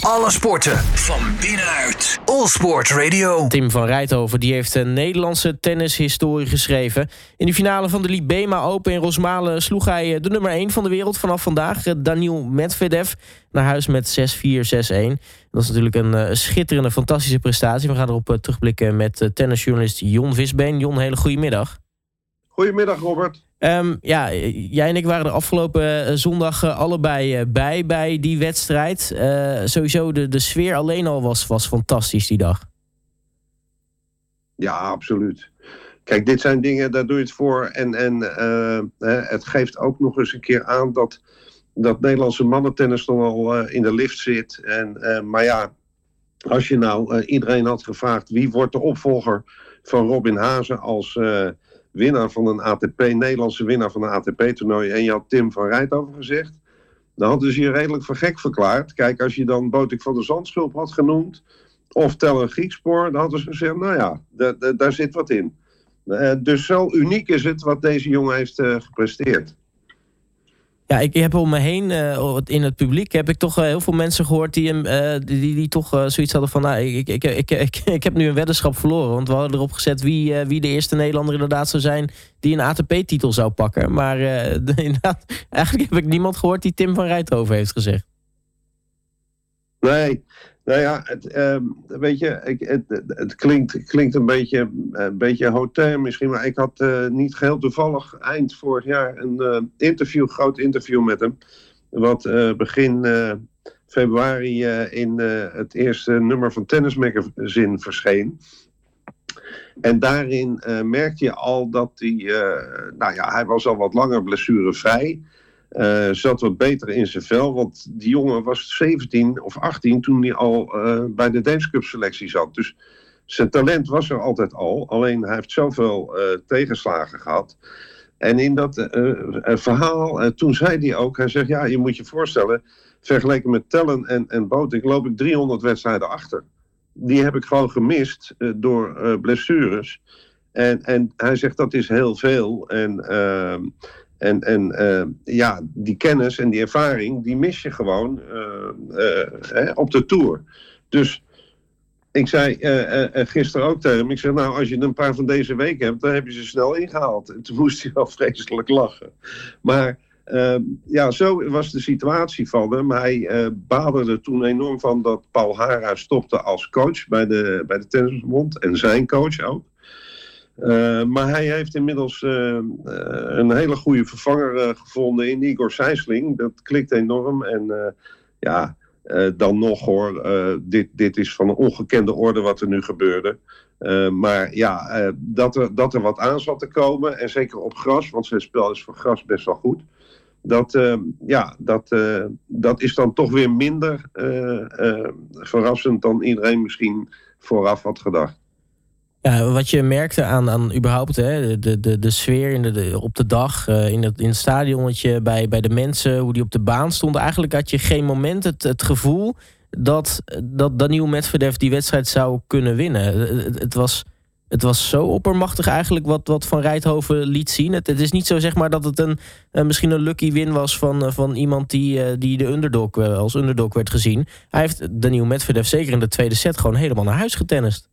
Alle sporten van binnenuit. All Sport Radio. Tim van Rijthoven die heeft een Nederlandse tennishistorie geschreven. In de finale van de Libema Open in Rosmalen sloeg hij de nummer 1 van de wereld vanaf vandaag, Daniil Medvedev, naar huis met 6-4, 6-1. Dat is natuurlijk een schitterende, fantastische prestatie. We gaan erop terugblikken met tennisjournalist Jon Visbeen. Jon, hele goede middag. Goedemiddag, Robert. Jij en ik waren er afgelopen zondag allebei bij die wedstrijd. Sowieso de sfeer alleen al was fantastisch die dag. Ja, absoluut. Kijk, dit zijn dingen, daar doe je het voor. En het geeft ook nog eens een keer aan dat Nederlandse mannentennis nog al in de lift zit. Maar ja, als je nou iedereen had gevraagd wie wordt de opvolger van Robin Haase als winnaar van een ATP, Nederlandse winnaar van een ATP-toernooi, en je had Tim van Rijthoven gezegd, dan hadden ze je redelijk voor gek verklaard. Kijk, als je dan Botik van der Zandschulp had genoemd, of Teller Griekspoor, dan hadden ze gezegd, nou ja, daar zit wat in. Dus zo uniek is het wat deze jongen heeft gepresteerd. Ja, ik heb om me heen, in het publiek, heb ik toch heel veel mensen gehoord die toch zoiets hadden van, nou, ik heb nu een weddenschap verloren. Want we hadden erop gezet wie de eerste Nederlander inderdaad zou zijn die een ATP-titel zou pakken. Maar inderdaad, eigenlijk heb ik niemand gehoord die Tim van Rijthoven heeft gezegd. Nee. Nou ja, weet je, het klinkt een beetje hautain misschien, maar ik had niet geheel toevallig eind vorig jaar een groot interview met hem, wat begin februari in het eerste nummer van Tennis Magazine verscheen. En daarin merkte je al dat hij was al wat langer blessurevrij. Zat wat beter in zijn vel, want die jongen was 17 of 18 toen hij al bij de Davis Cup selectie zat. Dus zijn talent was er altijd al, alleen hij heeft zoveel tegenslagen gehad. En in dat verhaal, toen zei hij ook, hij zegt, ja, je moet je voorstellen, vergeleken met Tellen en Botik loop ik 300 wedstrijden achter. Die heb ik gewoon gemist door blessures. En hij zegt, dat is heel veel. En die kennis en die ervaring, die mis je gewoon op de Tour. Dus ik zei gisteren ook tegen hem, ik zeg, nou, als je een paar van deze week hebt, dan heb je ze snel ingehaald. En toen moest hij wel vreselijk lachen. Maar zo was de situatie van hem. Hij baadde er toen enorm van dat Paul Haarhuis stopte als coach bij de Tennisbond en zijn coach ook. Maar hij heeft inmiddels een hele goede vervanger gevonden in Igor Sijsling. Dat klikt enorm. En dan nog hoor, dit is van een ongekende orde wat er nu gebeurde. Dat er wat aan zat te komen. En zeker op gras, want zijn spel is voor gras best wel goed. Dat is dan toch weer minder verrassend dan iedereen misschien vooraf had gedacht. Ja, wat je merkte aan überhaupt de sfeer op de dag, in het stadionnetje, bij de mensen, hoe die op de baan stonden. Eigenlijk had je geen moment het gevoel dat Daniil Medvedev die wedstrijd zou kunnen winnen. Het was zo oppermachtig eigenlijk wat Van Rijthoven liet zien. Het is niet zo, zeg maar, dat het misschien een lucky win was van iemand die de underdog als underdog werd gezien. Hij heeft Daniil Medvedev zeker in de tweede set gewoon helemaal naar huis getennist.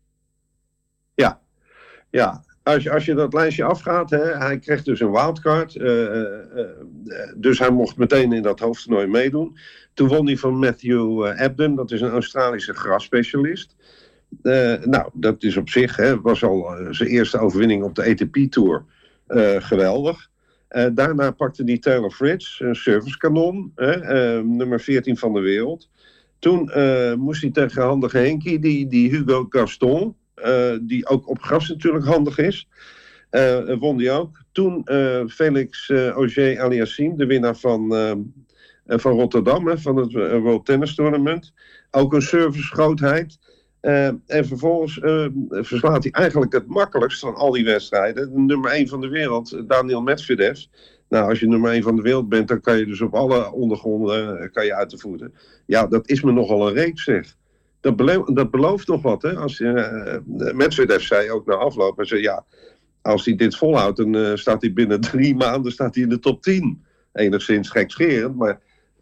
Ja, als je dat lijstje afgaat, hij kreeg dus een wildcard. Dus hij mocht meteen in dat hoofdtoernooi meedoen. Toen won hij van Matthew Ebden, dat is een Australische grasspecialist. Dat is op zich, was al zijn eerste overwinning op de ATP-tour. Geweldig. Daarna pakte hij Taylor Fritz, een servicekanon, nummer 14 van de wereld. Toen moest hij tegen handige Henkie, die Hugo Gaston, die ook op gras natuurlijk handig is, won die ook. Toen Felix Auger-Aliassime, de winnaar van Rotterdam, van het World Tennis Tournament. Ook een servicegrootheid. En vervolgens verslaat hij eigenlijk het makkelijkst van al die wedstrijden. De nummer 1 van de wereld, Daniil Medvedev. Nou, als je nummer 1 van de wereld bent, dan kan je dus op alle ondergronden uit de voeten. Ja, dat is me nogal een reeks, zeg. Dat belooft nog wat, hè. Als Medvedev zei ook na afloop, hij zei, ja, als hij dit volhoudt, dan staat hij binnen 3 maanden in de top 10. Enigszins gekscherend, maar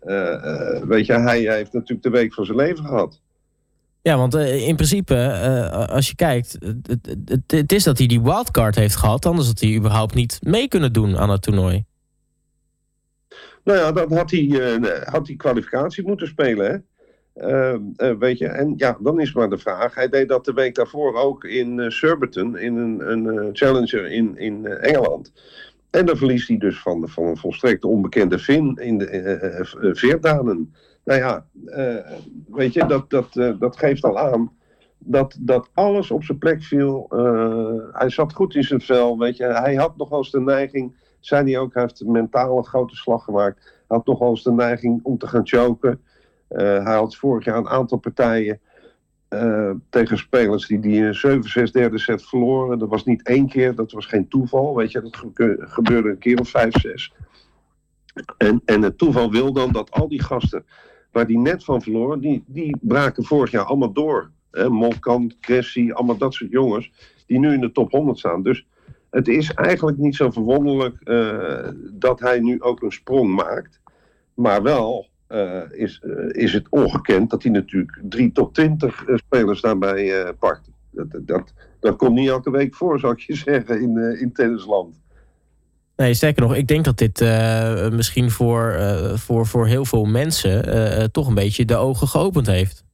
Weet je, hij heeft natuurlijk de week van zijn leven gehad. Ja, want in principe, als je kijkt, het is dat hij die wildcard heeft gehad, anders had hij überhaupt niet mee kunnen doen aan het toernooi. Nou ja, dan had hij kwalificatie moeten spelen, hè. Weet je, en ja, dan is maar de vraag. Hij deed dat de week daarvoor ook in Surbiton, in een challenger in Engeland. En dan verliest hij dus van een volstrekt onbekende Fin in de Veerdanen. Nou ja, weet je, dat geeft al aan dat alles op zijn plek viel. Hij zat goed in zijn vel, weet je. Hij had nog wel eens de neiging, zei hij ook, hij heeft mentaal een grote slag gemaakt. Hij had nog wel eens de neiging om te gaan choken. Hij had vorig jaar een aantal partijen tegen spelers die 7-6 derde set verloren. Dat was niet 1 keer, dat was geen toeval. Weet je, dat gebeurde een keer of 5-6. En het toeval wil dan dat al die gasten waar die net van verloren, die braken vorig jaar allemaal door. Molkan, Cressy, allemaal dat soort jongens die nu in de top 100 staan. Dus het is eigenlijk niet zo verwonderlijk dat hij nu ook een sprong maakt. Maar wel is het ongekend dat hij natuurlijk 3 top 20 spelers daarbij pakt. Dat komt niet elke week voor, zou ik je zeggen, in tennisland. Nee, sterker nog, ik denk dat dit misschien voor heel veel mensen toch een beetje de ogen geopend heeft.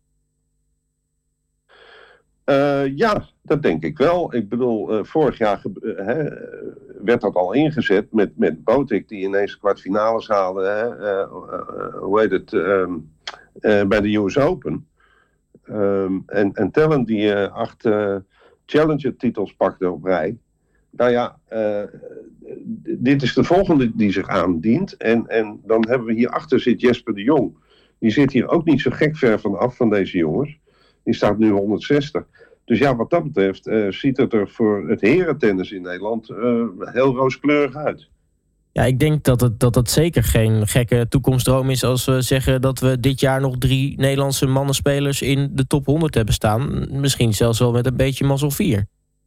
Ja, dat denk ik wel. Ik bedoel, vorig jaar werd dat al ingezet met Botic, die ineens de kwartfinales haalde. Bij de US Open. En Tellen die 8 Challenger-titels pakte op rij. Nou ja, dit is de volgende die zich aandient. En dan hebben we hierachter zit Jesper de Jong. Die zit hier ook niet zo gek ver vanaf van deze jongens. Die staat nu 160. Dus ja, wat dat betreft ziet het er voor het herentennis in Nederland heel rooskleurig uit. Ja, ik denk dat het zeker geen gekke toekomstdroom is als we zeggen dat we dit jaar nog 3 Nederlandse mannenspelers in de top 100 hebben staan. Misschien zelfs wel met een beetje mazzel 4.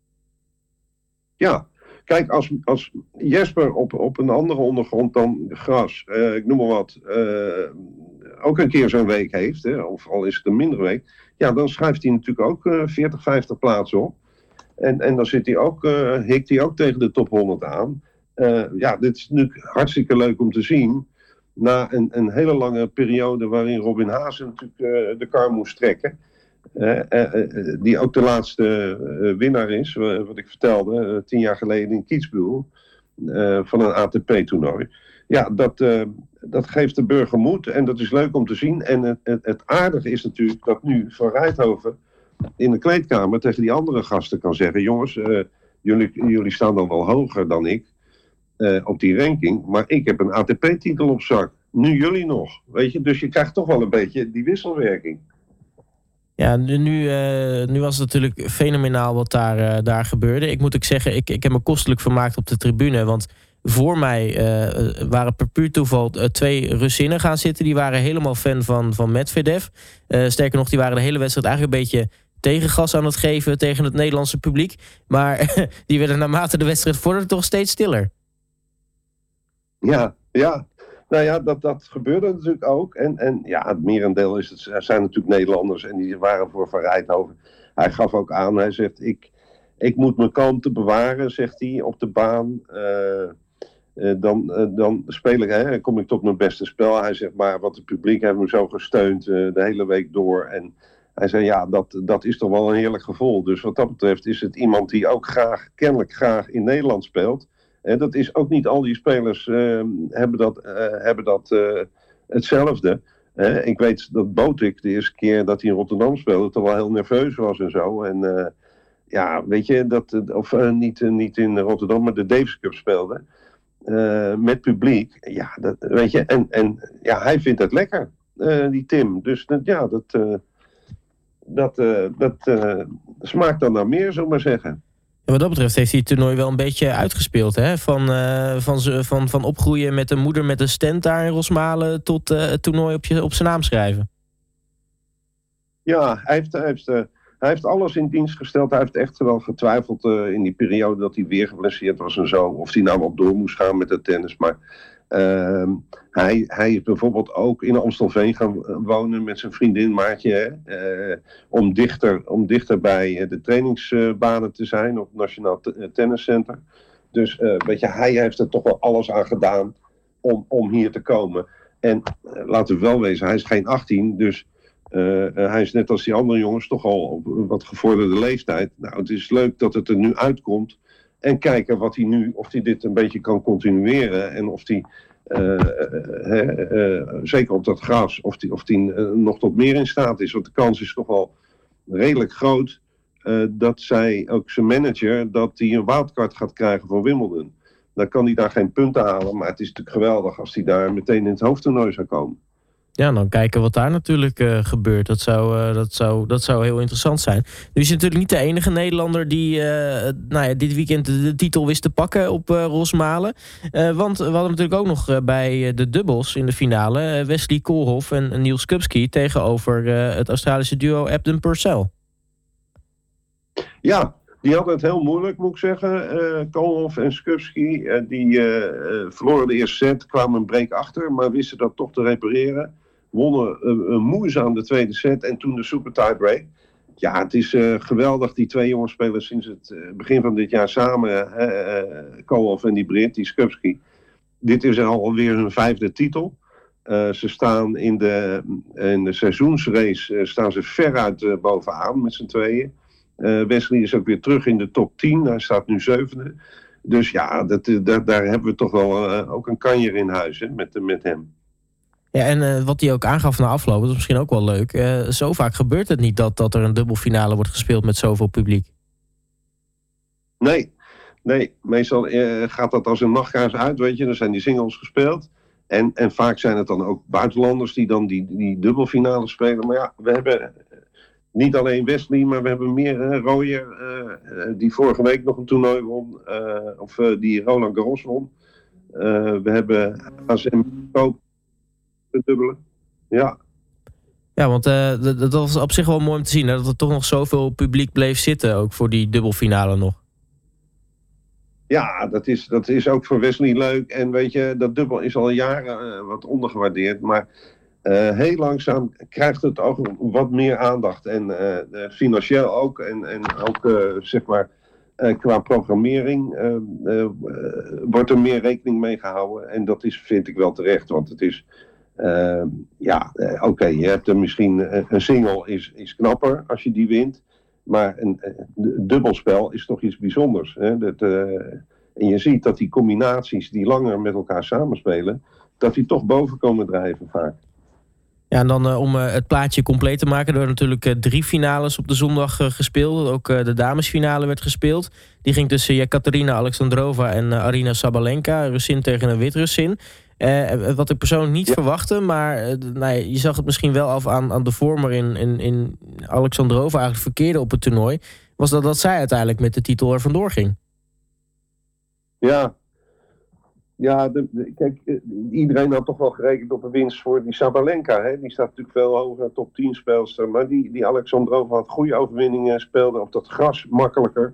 Ja, kijk, als Jesper op een andere ondergrond dan gras, ik noem maar wat, ook een keer zo'n week heeft, hè, of al is het een mindere week, ja, dan schuift hij natuurlijk ook 40, 50 plaatsen op. En dan zit hij ook, hikt hij ook tegen de top 100 aan. Ja, dit is natuurlijk hartstikke leuk om te zien. Na een hele lange periode waarin Robin Haase natuurlijk de kar moest trekken. Die ook de laatste winnaar is, wat ik vertelde, 10 jaar geleden in Kitzbühel, van een ATP-toernooi. Ja, dat geeft de burger moed en dat is leuk om te zien. En het aardige is natuurlijk dat nu Van Rijthoven in de kleedkamer tegen die andere gasten kan zeggen: jongens, jullie staan dan wel hoger dan ik op die ranking, maar ik heb een ATP-titel op zak. Nu jullie nog, weet je. Dus je krijgt toch wel een beetje die wisselwerking. Ja, nu was het natuurlijk fenomenaal wat daar gebeurde. Ik moet ook zeggen, ik heb me kostelijk vermaakt op de tribune. Want voor mij waren per puur toeval 2 Russinnen gaan zitten. Die waren helemaal fan van Medvedev. Sterker nog, die waren de hele wedstrijd eigenlijk een beetje tegengas aan het geven tegen het Nederlandse publiek. Maar die werden naarmate de wedstrijd vorderde toch steeds stiller. Ja. Nou ja, dat gebeurde natuurlijk ook. En ja, het merendeel zijn natuurlijk Nederlanders en die waren voor Van Rijthoven. Hij gaf ook aan, hij zegt, ik moet mijn kalmte bewaren, zegt hij, op de baan. Dan speel ik, kom ik tot mijn beste spel. Hij zegt, maar wat het publiek heeft me zo gesteund de hele week door. En hij zei, ja, dat is toch wel een heerlijk gevoel. Dus wat dat betreft is het iemand die ook kennelijk graag in Nederland speelt. En dat is ook niet al die spelers hebben dat hetzelfde. Ik weet dat Botic de eerste keer dat hij in Rotterdam speelde toch wel heel nerveus was en zo. En ja, weet je, niet in Rotterdam, maar de Davis Cup speelde. Met publiek. Ja, weet je. En ja, hij vindt het lekker, die Tim. Dus ja, dat smaakt dan naar meer, zullen we maar zeggen. En wat dat betreft heeft hij het toernooi wel een beetje uitgespeeld. Hè? Van opgroeien met een moeder met een stand daar in Rosmalen tot het toernooi op zijn naam schrijven. Ja, hij Hij heeft alles in dienst gesteld. Hij heeft echt wel getwijfeld in die periode dat hij weer geblesseerd was en zo. Of hij nou wel door moest gaan met het tennis. Maar hij is bijvoorbeeld ook in Amstelveen gaan wonen met zijn vriendin Maartje. Om dichter bij de trainingsbanen te zijn op het Nationaal Tenniscenter. Dus weet je, hij heeft er toch wel alles aan gedaan om hier te komen. En laten we wel wezen, hij is geen 18, dus hij is net als die andere jongens toch al op een wat gevorderde leeftijd. Nou, het is leuk dat het er nu uitkomt. En kijken wat hij nu, of hij dit een beetje kan continueren. En of hij, zeker op dat gras, of hij nog tot meer in staat is. Want de kans is toch wel redelijk groot dat zij, ook zijn manager, dat hij een wildcard gaat krijgen voor Wimbledon. Dan kan hij daar geen punten halen, maar het is natuurlijk geweldig als hij daar meteen in het hoofdtoernooi zou komen. Ja, dan kijken wat daar natuurlijk gebeurt. Dat zou heel interessant zijn. Nu is hij natuurlijk niet de enige Nederlander die dit weekend de titel wist te pakken op Rosmalen. Want we hadden natuurlijk ook nog bij de dubbels in de finale Wesley Koolhof en Niels Skupski tegenover het Australische duo Ebden Purcell. Ja, die hadden het heel moeilijk, moet ik zeggen. Koolhof en Skupski, die verloren de eerste set, kwamen een break achter, maar wisten dat toch te repareren. Wonnen moeizaam de tweede set en toen de super tiebreak. Ja, het is geweldig. Die twee jongens spelen sinds het begin van dit jaar samen. Koolhof en die Brit, die Skupski. Dit is alweer hun 5e titel. Ze staan in de seizoensrace staan ze veruit bovenaan met z'n tweeën. Wesley is ook weer terug in de top 10. Hij staat nu 7e. Dus ja, daar hebben we toch wel ook een kanjer in huis met hem. Ja, en wat hij ook aangaf na afloop, dat is misschien ook wel leuk. Zo vaak gebeurt het niet dat er een dubbelfinale wordt gespeeld met zoveel publiek. Nee, meestal gaat dat als een nachtkaars uit, weet je. Dan zijn die singles gespeeld. En vaak zijn het dan ook buitenlanders die dan die dubbelfinale spelen. Maar ja, we hebben niet alleen Wesley, maar we hebben meer. Royer, die vorige week nog een toernooi won. Die Roland Garros won. We hebben ASM ook dubbelen. Ja. Ja, want dat was op zich wel mooi om te zien. Hè, dat er toch nog zoveel publiek bleef zitten, ook voor die dubbelfinale nog. Ja, dat is ook voor Wesley leuk. En weet je, dat dubbel is al jaren wat ondergewaardeerd. Maar heel langzaam krijgt het ook wat meer aandacht. En financieel ook. En ook, zeg maar, qua programmering wordt er meer rekening mee gehouden. En dat vind ik wel terecht. Want het is... oké, je hebt er misschien een single is knapper als je die wint. Maar een dubbelspel is toch iets bijzonders. Hè? En je ziet dat die combinaties die langer met elkaar samenspelen, dat die toch boven komen drijven vaak. Ja, en dan om het plaatje compleet te maken, er werden natuurlijk 3 finales op de zondag gespeeld. Ook de damesfinale werd gespeeld. Die ging tussen Jekaterina Alexandrova en Aryna Sabalenka. Russin tegen een Wit-Russin. Wat ik persoonlijk niet verwachtte, maar je zag het misschien wel af aan de vorm waarin in Alexandrova eigenlijk verkeerde op het toernooi, was dat zij uiteindelijk met de titel er vandoor ging. Kijk, iedereen had toch wel gerekend op een winst voor die Sabalenka. Hè? Die staat natuurlijk veel hoger, top 10 speelster. Maar die Alexandrova had goede overwinningen, speelde op dat gras makkelijker.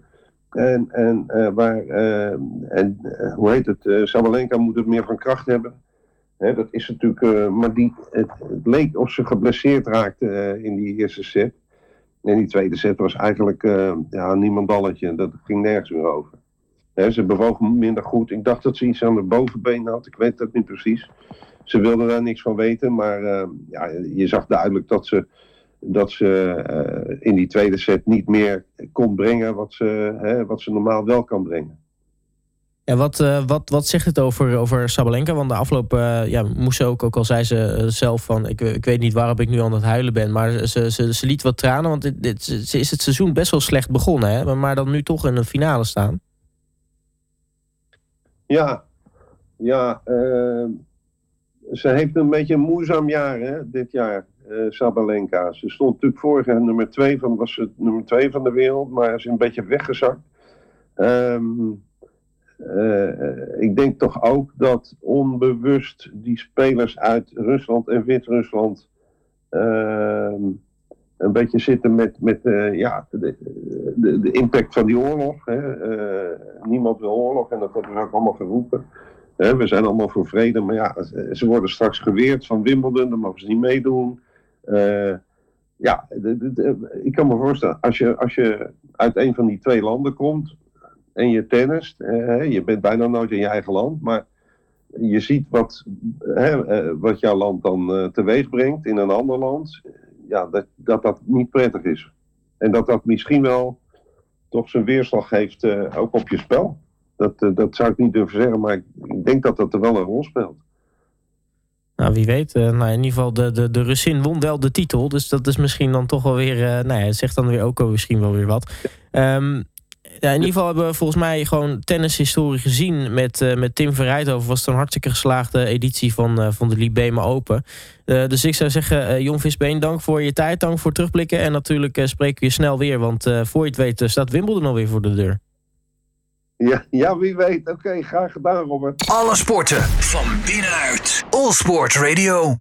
Hoe heet het? Sabalenka moet het meer van kracht hebben. Hè, dat is natuurlijk. Maar het leek of ze geblesseerd raakte in die eerste set. En die tweede set was eigenlijk niemandalletje. Dat ging nergens meer over. Hè, ze bewoog minder goed. Ik dacht dat ze iets aan de bovenbeen had. Ik weet dat niet precies. Ze wilde daar niks van weten. Maar je zag duidelijk dat ze in die tweede set niet meer kon brengen wat ze normaal wel kan brengen. Ja, wat zegt het over Sabalenka? Want de afloop moest ze ook al zei ze zelf van... Ik weet niet waarom ik nu aan het huilen ben, maar ze liet wat tranen. Want ze is het seizoen best wel slecht begonnen, hè? Maar dan nu toch in een finale staan. Ze heeft een beetje een moeizaam jaar, hè, dit jaar. Sabalenka. Ze stond natuurlijk vorig jaar nummer 2 van de wereld, maar is een beetje weggezakt. Ik denk toch ook dat onbewust die spelers uit Rusland en Wit-Rusland een beetje zitten met de impact van die oorlog. Hè. Niemand wil oorlog en dat wordt dus ook allemaal geroepen. We zijn allemaal voor vrede, maar ja, ze worden straks geweerd van Wimbledon, dan mogen ze niet meedoen. Ik kan me voorstellen, als je uit een van die 2 landen komt en je tennist, je bent bijna nooit in je eigen land, maar je ziet wat jouw land dan teweeg brengt in een ander land, dat niet prettig is. En dat misschien wel toch zijn weerslag heeft ook op je spel. Dat zou ik niet durven zeggen, maar ik denk dat er wel een rol speelt. Nou, wie weet. In ieder geval, de Russin won wel de titel. Dus dat is misschien dan toch wel weer... zegt dan weer ook misschien wel weer wat. In ieder geval hebben we volgens mij gewoon tennishistorie gezien. Met Tim van Rijthoven was het een hartstikke geslaagde editie van de Libema Open. Dus ik zou zeggen, Jon Visbeen, dank voor je tijd. Dank voor het terugblikken. En natuurlijk spreken we je snel weer. Want voor je het weet staat Wimbledon alweer voor de deur. Ja, wie weet. Oké, graag gedaan, Robert. Alle sporten van binnenuit. All Sport Radio.